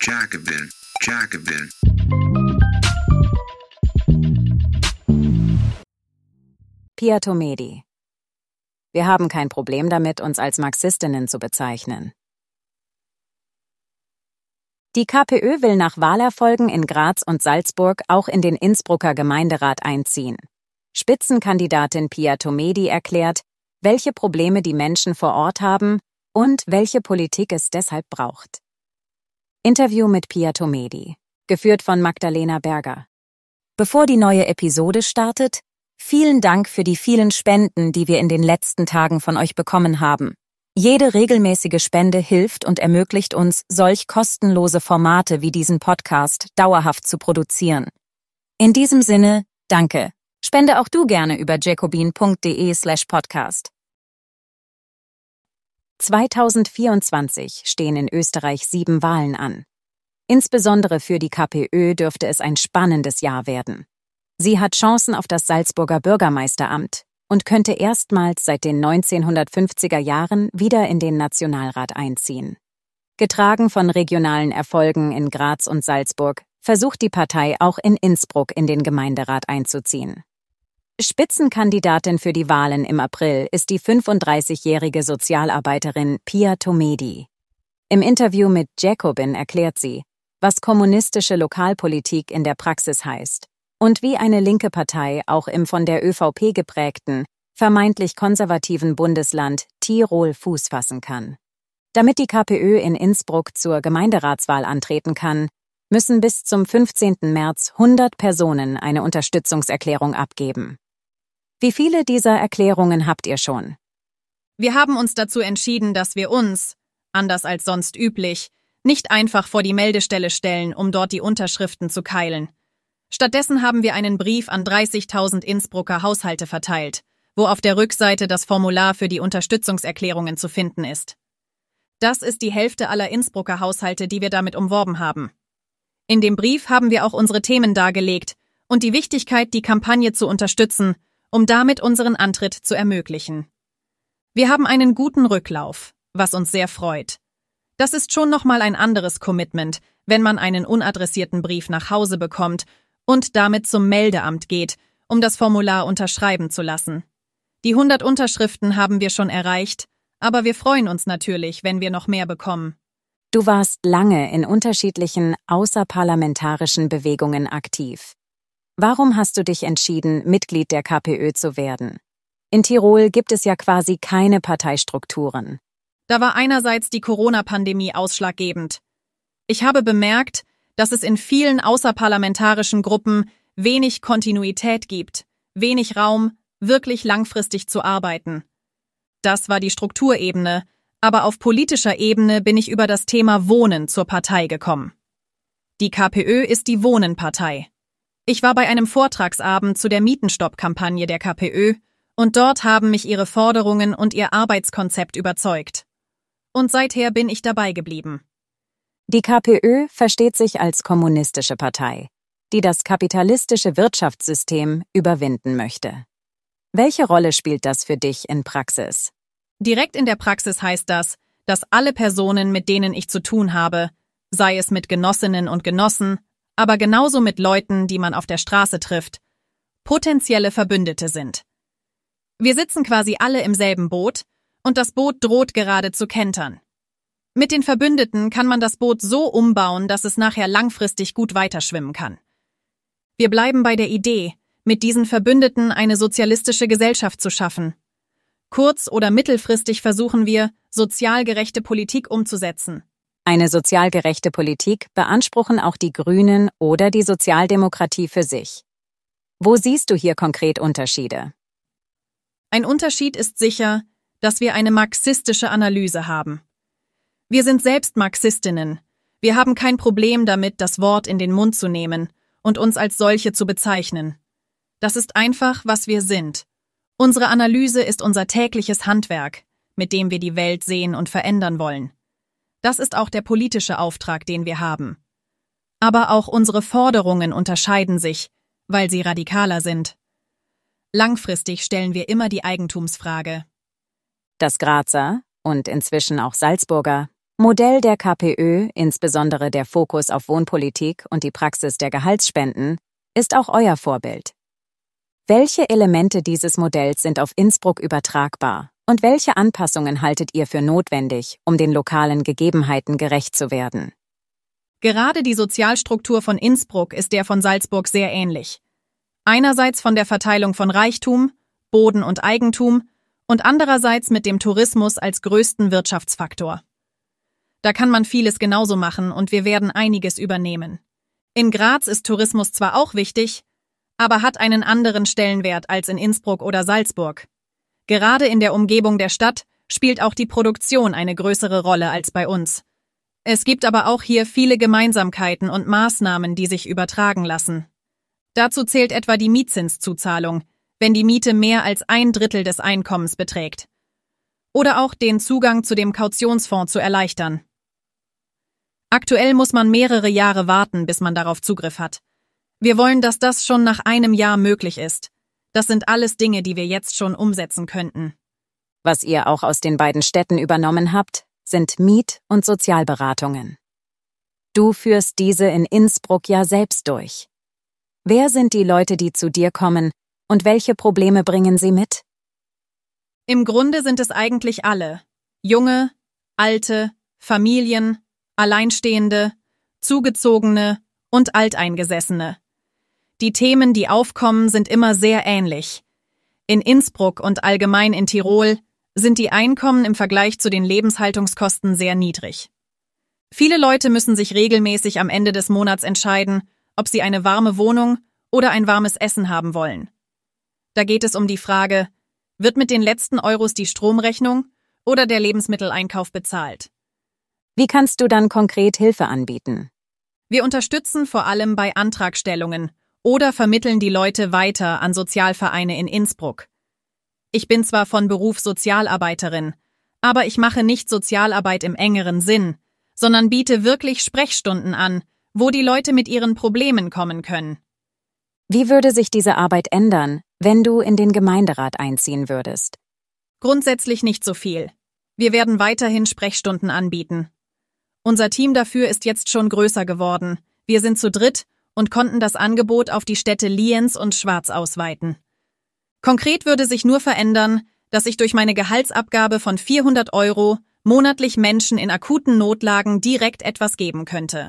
Jacobin, Jacobin. Piatomedi. Wir haben kein Problem damit, uns als Marxistinnen zu bezeichnen. Die KPÖ will nach Wahlerfolgen in Graz und Salzburg auch in den Innsbrucker Gemeinderat einziehen. Spitzenkandidatin Piatomedi erklärt, welche Probleme die Menschen vor Ort haben und welche Politik es deshalb braucht. Interview mit Piatomedi, geführt von Magdalena Berger. Bevor die neue Episode startet, vielen Dank für die vielen Spenden, die wir in den letzten Tagen von euch bekommen haben. Jede regelmäßige Spende hilft und ermöglicht uns, solch kostenlose Formate wie diesen Podcast dauerhaft zu produzieren. In diesem Sinne, danke. Spende auch du gerne über jacobin.de/podcast. 2024 stehen in Österreich 7 Wahlen an. Insbesondere für die KPÖ dürfte es ein spannendes Jahr werden. Sie hat Chancen auf das Salzburger Bürgermeisteramt und könnte erstmals seit den 1950er Jahren wieder in den Nationalrat einziehen. Getragen von regionalen Erfolgen in Graz und Salzburg versucht die Partei auch in Innsbruck in den Gemeinderat einzuziehen. Spitzenkandidatin für die Wahlen im April ist die 35-jährige Sozialarbeiterin Piatomedi. Im Interview mit Jacobin erklärt sie, was kommunistische Lokalpolitik in der Praxis heißt und wie eine linke Partei auch im von der ÖVP geprägten, vermeintlich konservativen Bundesland Tirol Fuß fassen kann. Damit die KPÖ in Innsbruck zur Gemeinderatswahl antreten kann, müssen bis zum 15. März 100 Personen eine Unterstützungserklärung abgeben. Wie viele dieser Erklärungen habt ihr schon? Wir haben uns dazu entschieden, dass wir uns, anders als sonst üblich, nicht einfach vor die Meldestelle stellen, um dort die Unterschriften zu keilen. Stattdessen haben wir einen Brief an 30.000 Innsbrucker Haushalte verteilt, wo auf der Rückseite das Formular für die Unterstützungserklärungen zu finden ist. Das ist die Hälfte aller Innsbrucker Haushalte, die wir damit umworben haben. In dem Brief haben wir auch unsere Themen dargelegt und die Wichtigkeit, die Kampagne zu unterstützen, um damit unseren Antritt zu ermöglichen. Wir haben einen guten Rücklauf, was uns sehr freut. Das ist schon nochmal ein anderes Commitment, wenn man einen unadressierten Brief nach Hause bekommt und damit zum Meldeamt geht, um das Formular unterschreiben zu lassen. Die 100 Unterschriften haben wir schon erreicht, aber wir freuen uns natürlich, wenn wir noch mehr bekommen. Du warst lange in unterschiedlichen außerparlamentarischen Bewegungen aktiv. Warum hast du dich entschieden, Mitglied der KPÖ zu werden? In Tirol gibt es ja quasi keine Parteistrukturen. Da war einerseits die Corona-Pandemie ausschlaggebend. Ich habe bemerkt, dass es in vielen außerparlamentarischen Gruppen wenig Kontinuität gibt, wenig Raum, wirklich langfristig zu arbeiten. Das war die Strukturebene, aber auf politischer Ebene bin ich über das Thema Wohnen zur Partei gekommen. Die KPÖ ist die Wohnenpartei. Ich war bei einem Vortragsabend zu der Mietenstopp-Kampagne der KPÖ und dort haben mich ihre Forderungen und ihr Arbeitskonzept überzeugt. Und seither bin ich dabei geblieben. Die KPÖ versteht sich als kommunistische Partei, die das kapitalistische Wirtschaftssystem überwinden möchte. Welche Rolle spielt das für dich in Praxis? Direkt in der Praxis heißt das, dass alle Personen, mit denen ich zu tun habe, sei es mit Genossinnen und Genossen, aber genauso mit Leuten, die man auf der Straße trifft, potenzielle Verbündete sind. Wir sitzen quasi alle im selben Boot und das Boot droht gerade zu kentern. Mit den Verbündeten kann man das Boot so umbauen, dass es nachher langfristig gut weiterschwimmen kann. Wir bleiben bei der Idee, mit diesen Verbündeten eine sozialistische Gesellschaft zu schaffen. Kurz- oder mittelfristig versuchen wir, sozial gerechte Politik umzusetzen. Eine sozial gerechte Politik beanspruchen auch die Grünen oder die Sozialdemokratie für sich. Wo siehst du hier konkret Unterschiede? Ein Unterschied ist sicher, dass wir eine marxistische Analyse haben. Wir sind selbst Marxistinnen. Wir haben kein Problem damit, das Wort in den Mund zu nehmen und uns als solche zu bezeichnen. Das ist einfach, was wir sind. Unsere Analyse ist unser tägliches Handwerk, mit dem wir die Welt sehen und verändern wollen. Das ist auch der politische Auftrag, den wir haben. Aber auch unsere Forderungen unterscheiden sich, weil sie radikaler sind. Langfristig stellen wir immer die Eigentumsfrage. Das Grazer und inzwischen auch Salzburger Modell der KPÖ, insbesondere der Fokus auf Wohnpolitik und die Praxis der Gehaltsspenden, ist auch euer Vorbild. Welche Elemente dieses Modells sind auf Innsbruck übertragbar und welche Anpassungen haltet ihr für notwendig, um den lokalen Gegebenheiten gerecht zu werden? Gerade die Sozialstruktur von Innsbruck ist der von Salzburg sehr ähnlich. Einerseits von der Verteilung von Reichtum, Boden und Eigentum und andererseits mit dem Tourismus als größten Wirtschaftsfaktor. Da kann man vieles genauso machen und wir werden einiges übernehmen. In Graz ist Tourismus zwar auch wichtig, aber hat einen anderen Stellenwert als in Innsbruck oder Salzburg. Gerade in der Umgebung der Stadt spielt auch die Produktion eine größere Rolle als bei uns. Es gibt aber auch hier viele Gemeinsamkeiten und Maßnahmen, die sich übertragen lassen. Dazu zählt etwa die Mietzinszuzahlung, wenn die Miete mehr als 1/3 des Einkommens beträgt. Oder auch den Zugang zu dem Kautionsfonds zu erleichtern. Aktuell muss man mehrere Jahre warten, bis man darauf Zugriff hat. Wir wollen, dass das schon nach einem Jahr möglich ist. Das sind alles Dinge, die wir jetzt schon umsetzen könnten. Was ihr auch aus den beiden Städten übernommen habt, sind Miet- und Sozialberatungen. Du führst diese in Innsbruck ja selbst durch. Wer sind die Leute, die zu dir kommen, und welche Probleme bringen sie mit? Im Grunde sind es eigentlich alle. Junge, Alte, Familien, Alleinstehende, Zugezogene und Alteingesessene. Die Themen, die aufkommen, sind immer sehr ähnlich. In Innsbruck und allgemein in Tirol sind die Einkommen im Vergleich zu den Lebenshaltungskosten sehr niedrig. Viele Leute müssen sich regelmäßig am Ende des Monats entscheiden, ob sie eine warme Wohnung oder ein warmes Essen haben wollen. Da geht es um die Frage, wird mit den letzten Euros die Stromrechnung oder der Lebensmitteleinkauf bezahlt? Wie kannst du dann konkret Hilfe anbieten? Wir unterstützen vor allem bei Antragstellungen oder vermitteln die Leute weiter an Sozialvereine in Innsbruck. Ich bin zwar von Beruf Sozialarbeiterin, aber ich mache nicht Sozialarbeit im engeren Sinn, sondern biete wirklich Sprechstunden an, wo die Leute mit ihren Problemen kommen können. Wie würde sich diese Arbeit ändern, wenn du in den Gemeinderat einziehen würdest? Grundsätzlich nicht so viel. Wir werden weiterhin Sprechstunden anbieten. Unser Team dafür ist jetzt schon größer geworden. Wir sind zu dritt und konnten das Angebot auf die Städte Lienz und Schwaz ausweiten. Konkret würde sich nur verändern, dass ich durch meine Gehaltsabgabe von 400 € monatlich Menschen in akuten Notlagen direkt etwas geben könnte.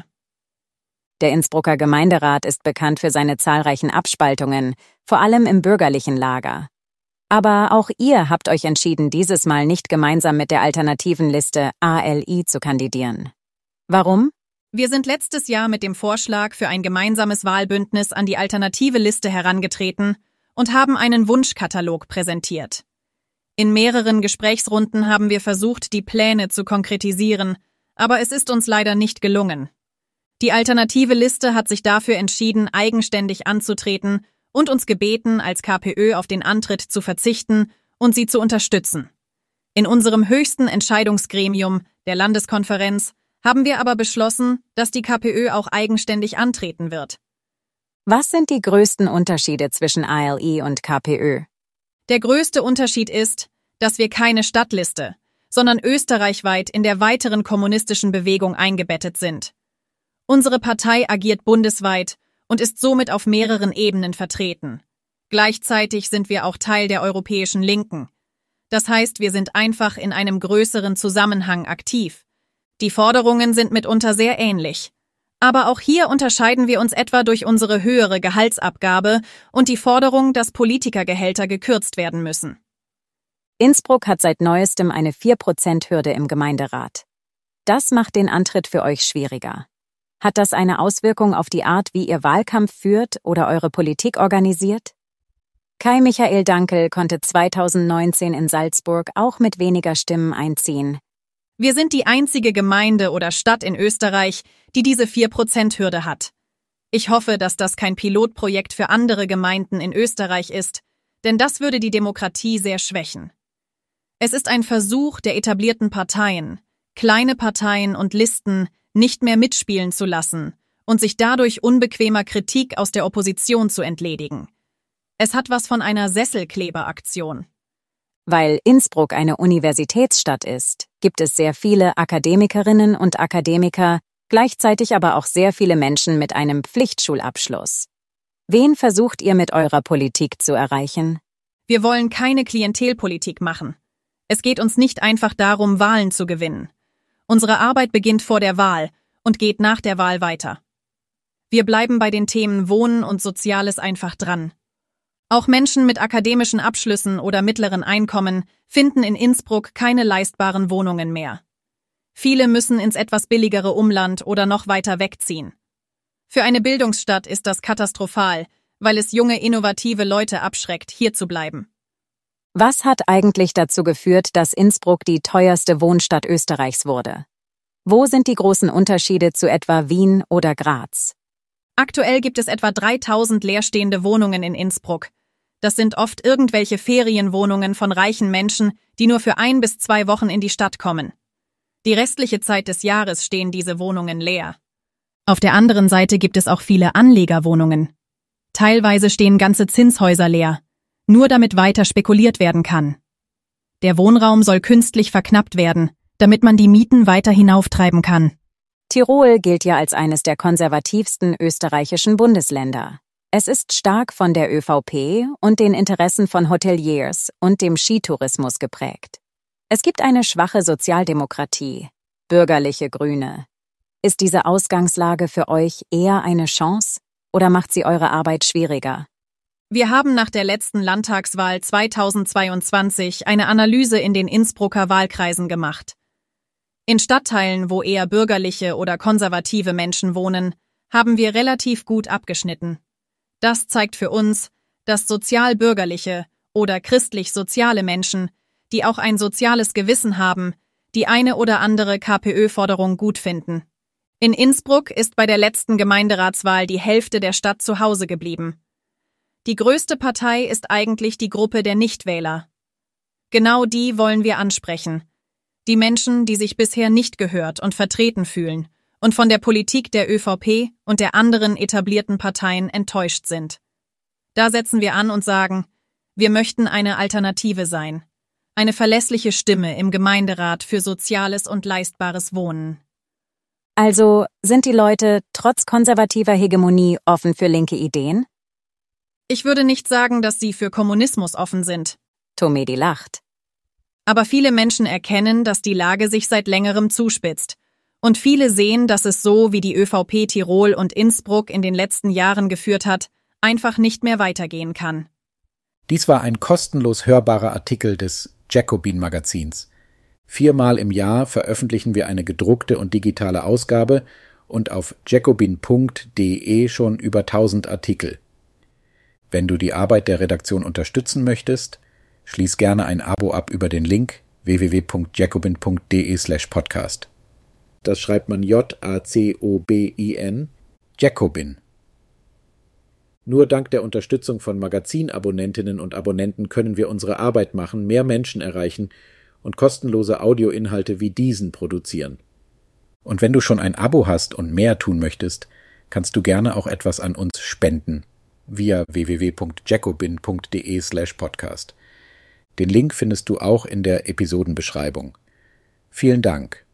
Der Innsbrucker Gemeinderat ist bekannt für seine zahlreichen Abspaltungen, vor allem im bürgerlichen Lager. Aber auch ihr habt euch entschieden, dieses Mal nicht gemeinsam mit der alternativen Liste ALI zu kandidieren. Warum? Wir sind letztes Jahr mit dem Vorschlag für ein gemeinsames Wahlbündnis an die alternative Liste herangetreten und haben einen Wunschkatalog präsentiert. In mehreren Gesprächsrunden haben wir versucht, die Pläne zu konkretisieren, aber es ist uns leider nicht gelungen. Die alternative Liste hat sich dafür entschieden, eigenständig anzutreten und uns gebeten, als KPÖ auf den Antritt zu verzichten und sie zu unterstützen. In unserem höchsten Entscheidungsgremium, der Landeskonferenz, haben wir aber beschlossen, dass die KPÖ auch eigenständig antreten wird. Was sind die größten Unterschiede zwischen ALI und KPÖ? Der größte Unterschied ist, dass wir keine Stadtliste, sondern österreichweit in der weiteren kommunistischen Bewegung eingebettet sind. Unsere Partei agiert bundesweit und ist somit auf mehreren Ebenen vertreten. Gleichzeitig sind wir auch Teil der europäischen Linken. Das heißt, wir sind einfach in einem größeren Zusammenhang aktiv. Die Forderungen sind mitunter sehr ähnlich. Aber auch hier unterscheiden wir uns etwa durch unsere höhere Gehaltsabgabe und die Forderung, dass Politikergehälter gekürzt werden müssen. Innsbruck hat seit neuestem eine 4%-Hürde im Gemeinderat. Das macht den Antritt für euch schwieriger. Hat das eine Auswirkung auf die Art, wie ihr Wahlkampf führt oder eure Politik organisiert? Kai Michael Dankel konnte 2019 in Salzburg auch mit weniger Stimmen einziehen. Wir sind die einzige Gemeinde oder Stadt in Österreich, die diese 4%-Hürde hat. Ich hoffe, dass das kein Pilotprojekt für andere Gemeinden in Österreich ist, denn das würde die Demokratie sehr schwächen. Es ist ein Versuch der etablierten Parteien, kleine Parteien und Listen nicht mehr mitspielen zu lassen und sich dadurch unbequemer Kritik aus der Opposition zu entledigen. Es hat was von einer Sesselkleberaktion. Weil Innsbruck eine Universitätsstadt ist, gibt es sehr viele Akademikerinnen und Akademiker, gleichzeitig aber auch sehr viele Menschen mit einem Pflichtschulabschluss. Wen versucht ihr mit eurer Politik zu erreichen? Wir wollen keine Klientelpolitik machen. Es geht uns nicht einfach darum, Wahlen zu gewinnen. Unsere Arbeit beginnt vor der Wahl und geht nach der Wahl weiter. Wir bleiben bei den Themen Wohnen und Soziales einfach dran. Auch Menschen mit akademischen Abschlüssen oder mittleren Einkommen finden in Innsbruck keine leistbaren Wohnungen mehr. Viele müssen ins etwas billigere Umland oder noch weiter wegziehen. Für eine Bildungsstadt ist das katastrophal, weil es junge, innovative Leute abschreckt, hier zu bleiben. Was hat eigentlich dazu geführt, dass Innsbruck die teuerste Wohnstadt Österreichs wurde? Wo sind die großen Unterschiede zu etwa Wien oder Graz? Aktuell gibt es etwa 3000 leerstehende Wohnungen in Innsbruck. Das sind oft irgendwelche Ferienwohnungen von reichen Menschen, die nur für 1 bis 2 Wochen in die Stadt kommen. Die restliche Zeit des Jahres stehen diese Wohnungen leer. Auf der anderen Seite gibt es auch viele Anlegerwohnungen. Teilweise stehen ganze Zinshäuser leer, nur damit weiter spekuliert werden kann. Der Wohnraum soll künstlich verknappt werden, damit man die Mieten weiter hinauftreiben kann. Tirol gilt ja als eines der konservativsten österreichischen Bundesländer. Es ist stark von der ÖVP und den Interessen von Hoteliers und dem Skitourismus geprägt. Es gibt eine schwache Sozialdemokratie, bürgerliche Grüne. Ist diese Ausgangslage für euch eher eine Chance oder macht sie eure Arbeit schwieriger? Wir haben nach der letzten Landtagswahl 2022 eine Analyse in den Innsbrucker Wahlkreisen gemacht. In Stadtteilen, wo eher bürgerliche oder konservative Menschen wohnen, haben wir relativ gut abgeschnitten. Das zeigt für uns, dass sozial-bürgerliche oder christlich-soziale Menschen, die auch ein soziales Gewissen haben, die eine oder andere KPÖ-Forderung gut finden. In Innsbruck ist bei der letzten Gemeinderatswahl die Hälfte der Stadt zu Hause geblieben. Die größte Partei ist eigentlich die Gruppe der Nichtwähler. Genau die wollen wir ansprechen. Die Menschen, die sich bisher nicht gehört und vertreten fühlen und von der Politik der ÖVP und der anderen etablierten Parteien enttäuscht sind. Da setzen wir an und sagen, wir möchten eine Alternative sein. Eine verlässliche Stimme im Gemeinderat für soziales und leistbares Wohnen. Also sind die Leute trotz konservativer Hegemonie offen für linke Ideen? Ich würde nicht sagen, dass sie für Kommunismus offen sind. Tomedi lacht. Aber viele Menschen erkennen, dass die Lage sich seit längerem zuspitzt. Und viele sehen, dass es so, wie die ÖVP Tirol und Innsbruck in den letzten Jahren geführt hat, einfach nicht mehr weitergehen kann. Dies war ein kostenlos hörbarer Artikel des Jacobin-Magazins. 4-mal im Jahr veröffentlichen wir eine gedruckte und digitale Ausgabe und auf jacobin.de schon über 1000 Artikel. Wenn du die Arbeit der Redaktion unterstützen möchtest, schließ gerne ein Abo ab über den Link www.jacobin.de/podcast. Das schreibt man Jacobin, Jacobin. Nur dank der Unterstützung von Magazinabonnentinnen und Abonnenten können wir unsere Arbeit machen, mehr Menschen erreichen und kostenlose Audioinhalte wie diesen produzieren. Und wenn du schon ein Abo hast und mehr tun möchtest, kannst du gerne auch etwas an uns spenden via www.jacobin.de/podcast. Den Link findest du auch in der Episodenbeschreibung. Vielen Dank.